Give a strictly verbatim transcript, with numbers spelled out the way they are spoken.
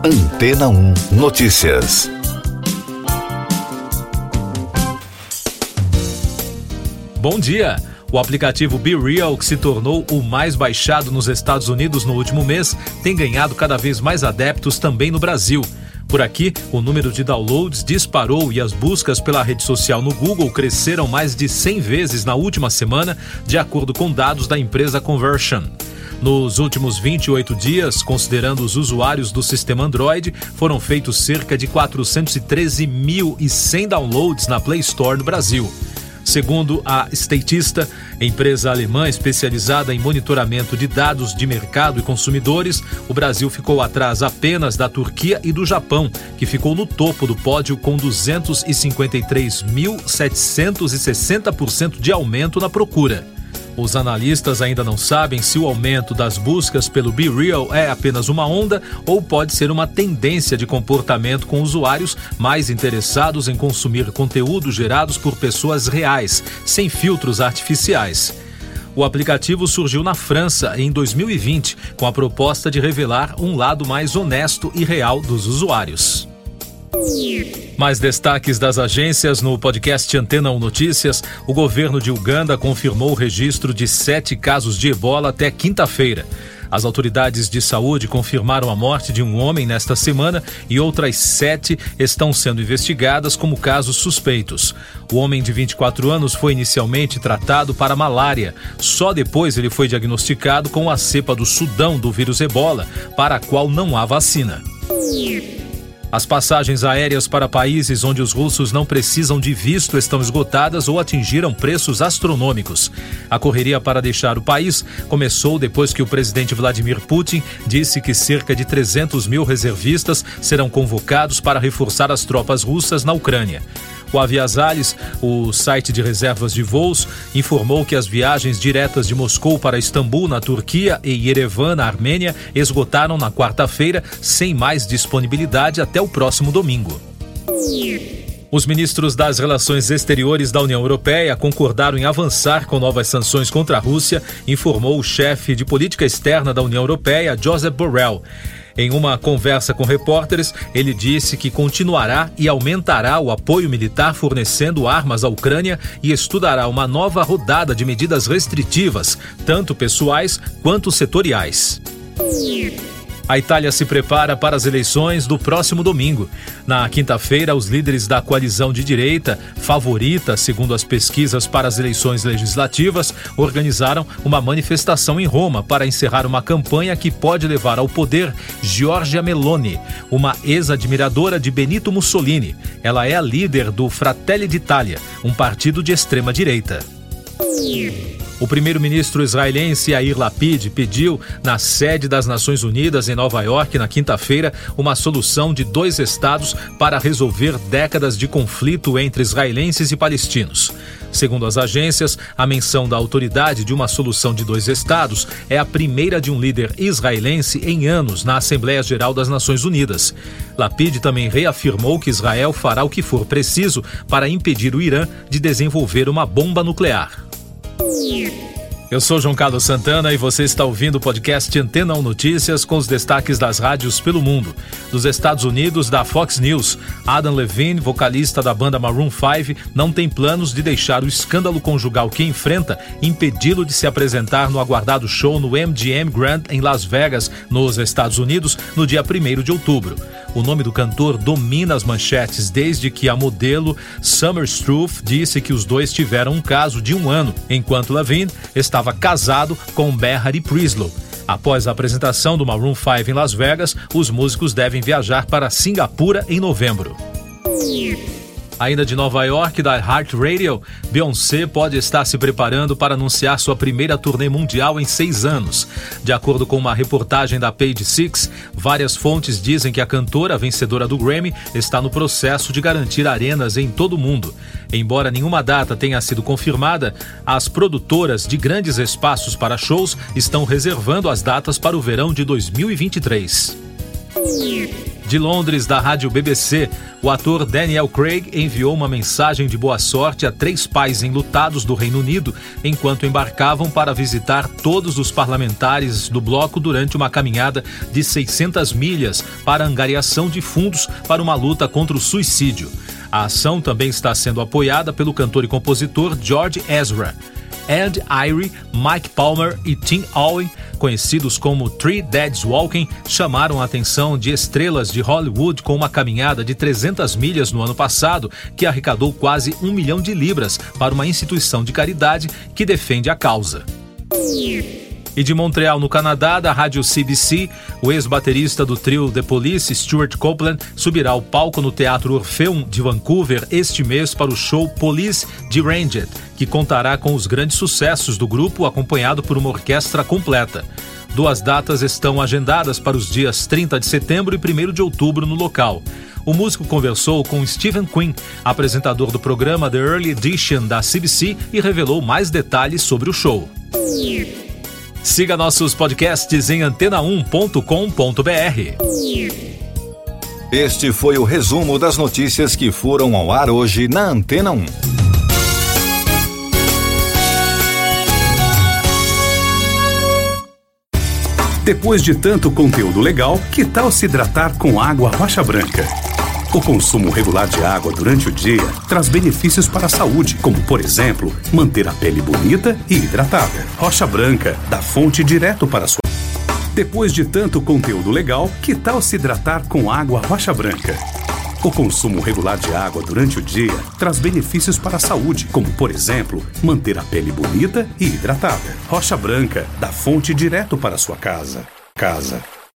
Antena um Notícias. Bom dia! O aplicativo BeReal, que se tornou o mais baixado nos Estados Unidos no último mês, tem ganhado cada vez mais adeptos também no Brasil. Por aqui, o número de downloads disparou e as buscas pela rede social no Google cresceram mais de cem vezes na última semana, de acordo com dados da empresa Conversion. Nos últimos vinte e oito dias, considerando os usuários do sistema Android, foram feitos cerca de quatrocentos e treze mil e cem downloads na Play Store no Brasil. Segundo a Statista, empresa alemã especializada em monitoramento de dados de mercado e consumidores, o Brasil ficou atrás apenas da Turquia e do Japão, que ficou no topo do pódio com duzentos e cinquenta e três mil setecentos e sessenta por cento de aumento na procura. Os analistas ainda não sabem se o aumento das buscas pelo BeReal é apenas uma onda ou pode ser uma tendência de comportamento com usuários mais interessados em consumir conteúdos gerados por pessoas reais, sem filtros artificiais. O aplicativo surgiu na França em dois mil e vinte, com a proposta de revelar um lado mais honesto e real dos usuários. Mais destaques das agências no podcast Antena um Notícias. O governo de Uganda confirmou o registro de sete casos de ebola até quinta-feira. As autoridades de saúde confirmaram a morte de um homem nesta semana e outras sete estão sendo investigadas como casos suspeitos. O homem de vinte e quatro anos foi inicialmente tratado para malária. Só depois ele foi diagnosticado com a cepa do Sudão do vírus ebola, para a qual não há vacina. As passagens aéreas para países onde os russos não precisam de visto estão esgotadas ou atingiram preços astronômicos. A correria para deixar o país começou depois que o presidente Vladimir Putin disse que cerca de trezentos mil reservistas serão convocados para reforçar as tropas russas na Ucrânia. O Aviasales, o site de reservas de voos, informou que as viagens diretas de Moscou para Istambul, na Turquia, e Yerevan, na Armênia, esgotaram na quarta-feira, sem mais disponibilidade até o próximo domingo. Os ministros das Relações Exteriores da União Europeia concordaram em avançar com novas sanções contra a Rússia, informou o chefe de política externa da União Europeia, Josep Borrell. Em uma conversa com repórteres, ele disse que continuará e aumentará o apoio militar fornecendo armas à Ucrânia e estudará uma nova rodada de medidas restritivas, tanto pessoais quanto setoriais. A Itália se prepara para as eleições do próximo domingo. Na quinta-feira, os líderes da coalizão de direita, favorita segundo as pesquisas para as eleições legislativas, organizaram uma manifestação em Roma para encerrar uma campanha que pode levar ao poder Giorgia Meloni, uma ex-admiradora de Benito Mussolini. Ela é a líder do Fratelli d'Italia, um partido de extrema-direita. O primeiro-ministro israelense Yair Lapid pediu, na sede das Nações Unidas em Nova York, na quinta-feira, uma solução de dois estados para resolver décadas de conflito entre israelenses e palestinos. Segundo as agências, a menção da autoridade de uma solução de dois estados é a primeira de um líder israelense em anos na Assembleia Geral das Nações Unidas. Lapid também reafirmou que Israel fará o que for preciso para impedir o Irã de desenvolver uma bomba nuclear. Eu sou João Carlos Santana e você está ouvindo o podcast Antena um Notícias com os destaques das rádios pelo mundo. Dos Estados Unidos, da Fox News, Adam Levine, vocalista da banda Maroon cinco, não tem planos de deixar o escândalo conjugal que enfrenta impedi-lo de se apresentar no aguardado show no M G M Grand em Las Vegas, nos Estados Unidos, no dia primeiro de outubro. O nome do cantor domina as manchetes desde que a modelo Summer Struth disse que os dois tiveram um caso de um ano, enquanto Levine estava casado com Behati Prislow. Após a apresentação do Maroon cinco em Las Vegas, os músicos devem viajar para Singapura em novembro. Ainda de Nova York, da Heart Radio, Beyoncé pode estar se preparando para anunciar sua primeira turnê mundial em seis anos. De acordo com uma reportagem da Page Six, várias fontes dizem que a cantora, vencedora do Grammy, está no processo de garantir arenas em todo o mundo. Embora nenhuma data tenha sido confirmada, as produtoras de grandes espaços para shows estão reservando as datas para o verão de dois mil e vinte e três. De Londres, da rádio B B C, o ator Daniel Craig enviou uma mensagem de boa sorte a três pais enlutados do Reino Unido enquanto embarcavam para visitar todos os parlamentares do bloco durante uma caminhada de seiscentas milhas para angariação de fundos para uma luta contra o suicídio. A ação também está sendo apoiada pelo cantor e compositor George Ezra. Ed Irie, Mike Palmer e Tim Owen, conhecidos como Three Dads Walking, chamaram a atenção de estrelas de Hollywood com uma caminhada de trezentas milhas no ano passado, que arrecadou quase um milhão de libras para uma instituição de caridade que defende a causa. E de Montreal, no Canadá, da rádio C B C, o ex-baterista do trio The Police, Stuart Copeland, subirá ao palco no Teatro Orfeum de Vancouver este mês para o show Police Deranged, que contará com os grandes sucessos do grupo, acompanhado por uma orquestra completa. Duas datas estão agendadas para os dias trinta de setembro e primeiro de outubro no local. O músico conversou com Stephen Quinn, apresentador do programa The Early Edition da C B C, e revelou mais detalhes sobre o show. Siga nossos podcasts em antena um ponto com ponto b r. Este foi o resumo das notícias que foram ao ar hoje na Antena um. Depois de tanto conteúdo legal, que tal se hidratar com água rocha branca? O consumo regular de água durante o dia traz benefícios para a saúde, como, por exemplo, manter a pele bonita e hidratada. Rocha Branca, da fonte direto para a sua... Depois de tanto conteúdo legal, que tal se hidratar com água rocha branca? O consumo regular de água durante o dia traz benefícios para a saúde, como, por exemplo, manter a pele bonita e hidratada. Rocha Branca, da fonte direto para a sua casa. Casa.